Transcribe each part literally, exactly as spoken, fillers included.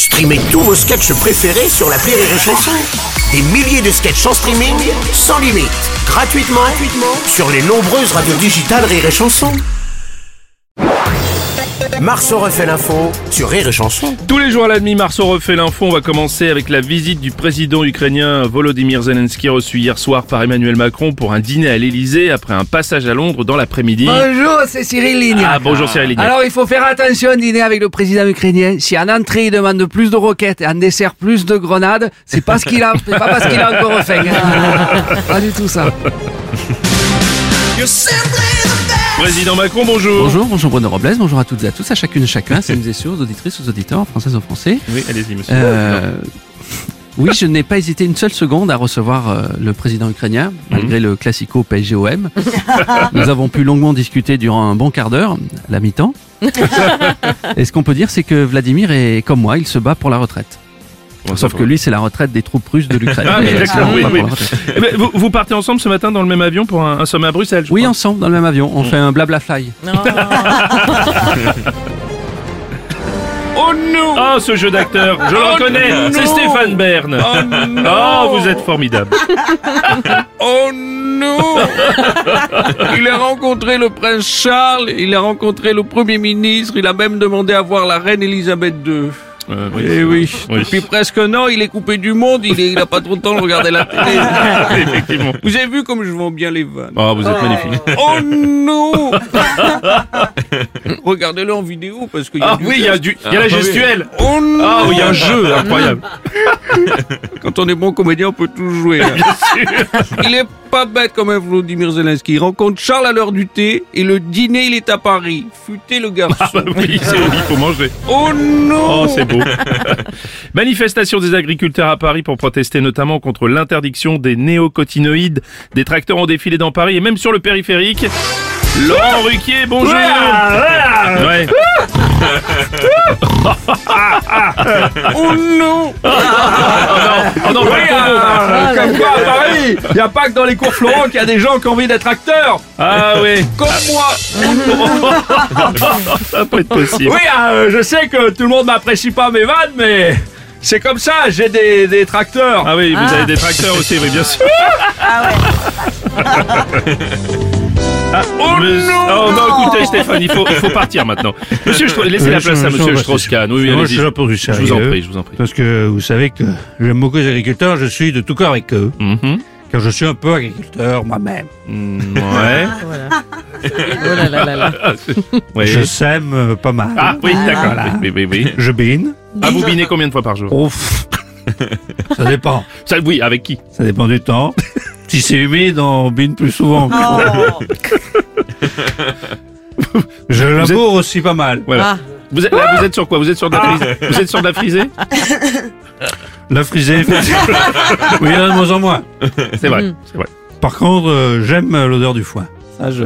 Streamez tous vos sketchs préférés sur l'appli Rire et Chanson. Des milliers de sketchs en streaming, sans limite, gratuitement, gratuitement sur les nombreuses radios digitales Rire et Chanson. Marceau refait l'info sur Rire et Chanson. Tous les jours à la demi, Marceau refait l'info. On va commencer avec la visite du président ukrainien Volodymyr Zelensky, reçu hier soir par Emmanuel Macron pour un dîner à l'Elysée après un passage à Londres dans l'après-midi. Bonjour, c'est Cyril Lignac. Ah, bonjour Cyril Lignac. Alors il faut faire attention à dîner avec le président ukrainien. Si en entrée il demande plus de roquettes et en dessert plus de grenades, c'est pas ce qu'il a, c'est pas parce qu'il a encore faim. Pas du tout ça. Président Macron, bonjour. Bonjour, bonjour Bruno Robles, bonjour à toutes et à tous, à chacune et chacun, à celles et ceux, aux auditrices, aux auditeurs, aux françaises, aux français. Oui, allez-y monsieur. Euh, oui, je n'ai pas hésité une seule seconde à recevoir euh, le président ukrainien, malgré le classico P S G O M. Nous avons pu longuement discuter durant un bon quart d'heure, à la mi-temps. Et ce qu'on peut dire, c'est que Vladimir est comme moi, il se bat pour la retraite. Bon, Sauf ça que va. lui, c'est la retraite des troupes russes de l'Ukraine. Ah, oui, Et d'accord, c'est oui, pas oui. pour la retraite. Eh ben, vous, vous partez ensemble ce matin dans le même avion pour un, un sommet à Bruxelles, je Oui, crois. ensemble, dans le même avion. On fait un blabla fly. Oh non. Oh, ce jeu d'acteur, je le Oh, reconnais, non. c'est Stéphane Bern. Oh non. Oh, vous êtes formidable. Oh non. Il a rencontré le prince Charles, il a rencontré le premier ministre, il a même demandé à voir la reine Elisabeth deux. Euh, Eh oui. Oui. Depuis presque un an, il est coupé du monde, il, est, il a pas trop de temps de regarder la télé. Effectivement. Vous avez vu comme je vends bien les vannes? Oh, vous êtes magnifique. Oh non. Regardez-le en vidéo parce qu'il y a Ah du oui, il y a du, il y a la gestuelle. Oh non. Ah oui, il y a un jeu incroyable. Quand on est bon comédien, on peut tout jouer. hein. Il est pas bête comme un Volodymyr Zelensky. Il rencontre Charles à l'heure du thé et le dîner, il est à Paris. Futé le garçon. Ah bah oui, c'est il faut manger. Oh non. Oh, c'est beau. Manifestation des agriculteurs à Paris pour protester notamment contre l'interdiction des néocotinoïdes. Des tracteurs ont défilé dans Paris et même sur le périphérique. Laurent Ruquier, bonjour. Ouais. Oh non. Oh non, pas le combo. Comme quoi à Paris, il n'y a pas que dans les cours Florent qu'il y a des gens qui ont envie d'être acteurs. Ah oui, Comme moi. ça va pas être possible. Oui, euh, je sais que tout le monde m'apprécie pas mes vannes, mais c'est comme ça, j'ai des, des tracteurs. Ah oui, vous avez des tracteurs aussi, oui, bien sûr. Ah, Oh Monsieur- non. Oh non, écoutez Stéphane, il faut, il faut partir maintenant. Monsieur, Stro- laissez la place à Monsieur Strauss-Kahn. Oui, oui, Moi, allez-y. je suis là pour du Je vous en sérieux. prie, je vous en prie. Parce que vous savez que j'aime beaucoup les agriculteurs, je suis de tout cœur avec eux. Mhm. Car je suis un peu agriculteur moi-même. Mm, ouais. Oui. Je sème euh, pas mal. Ah oui, d'accord. Voilà. Oui, oui, oui. Je bine. Ah, vous binez combien de fois par jour? Ouf. Ça dépend. Ça, oui, avec qui? Ça dépend du temps. Si c'est humide, on bine plus souvent. Je laboure aussi pas mal. Voilà. Vous êtes, là, vous êtes sur quoi? Vous êtes sur de la frisée? Vous êtes sur de la frisée? La frisée, effectivement. Oui, il y en a de moins en moins. C'est vrai, c'est vrai. Par contre, euh, j'aime euh, l'odeur du foin. Ça, je...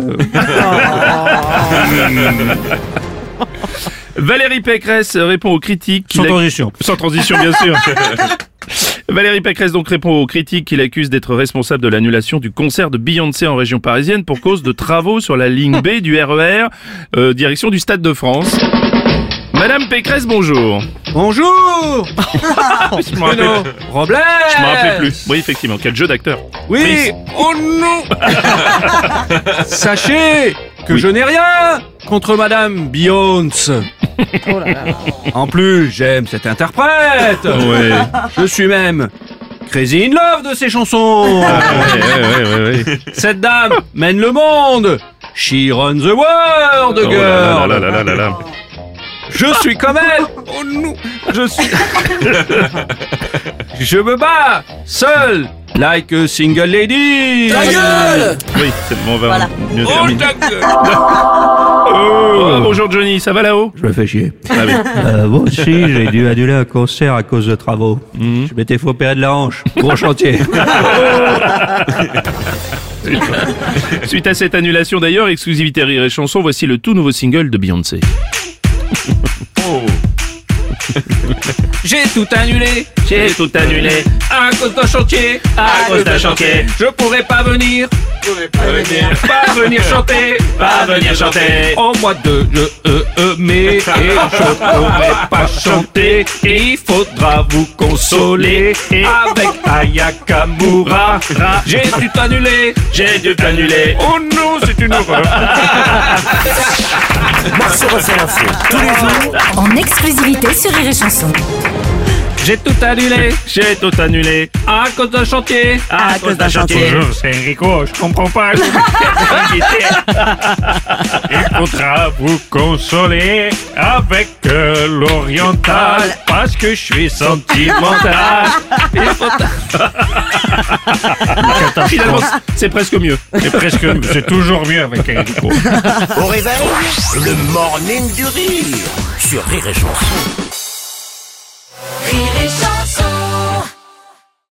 Valérie Pécresse répond aux critiques. qu'il Sans a- transition. Sans transition, bien sûr. Valérie Pécresse donc répond aux critiques qu'il accuse d'être responsable de l'annulation du concert de Beyoncé en région parisienne pour cause de travaux sur la ligne B du R E R, euh, direction du Stade de France. Madame Pécresse, bonjour. Bonjour. Je me rappelle, Bruno Robles. je me rappelais plus. Oui, effectivement, quel jeu d'acteur. Oui. Chris. Oh non. Sachez que je n'ai rien contre Madame Beyoncé. En plus, j'aime cette interprète. Ouais. Je suis même crazy in love de ses chansons. Ouais, ouais, ouais, ouais, ouais. Cette dame mène le monde. She runs the world, Oh girl. là là là là là là. Je suis comme elle. Oh non. Je suis... Je me bats seul, like a single lady. Ta gueule. Oui, c'est bon, on va Voilà. mieux Oh terminer. ta gueule. Oh, bonjour Johnny, ça va là-haut? Je me fais chier. Ah oui. Euh, moi aussi, j'ai dû annuler un concert à cause de travaux. Je m'étais fait opérer de la hanche. Gros chantier. Suite à cette annulation d'ailleurs, exclusivité Rire et Chanson, voici le tout nouveau single de Beyoncé. J'ai tout annulé, j'ai tout annulé. À cause d'un chantier, À cause d'un chantier, je pourrais pas venir, pas venir, pas venir chanter. pas venir chanter. En mois de je euh, euh, mai et je pourrais pas chanter. Il faudra vous consoler Et avec Ayakamura. J'ai dû t'annuler. j'ai dû t'annuler. Oh non, c'est une horreur. Marceau refait l'info tous les jours En exclusivité sur Rire et Chanson. J'ai tout annulé J'ai tout annulé. à cause d'un chantier. À cause d'un chantier. Bonjour, c'est Enrico, je comprends pas. Il faudra vous consoler avec euh, l'oriental parce que je suis sentimental. Il faudra... Finalement, c'est presque mieux. C'est presque, c'est toujours mieux avec Enrico. au réveil, le morning du rire sur Rire et Chanson. Rire et Chanson.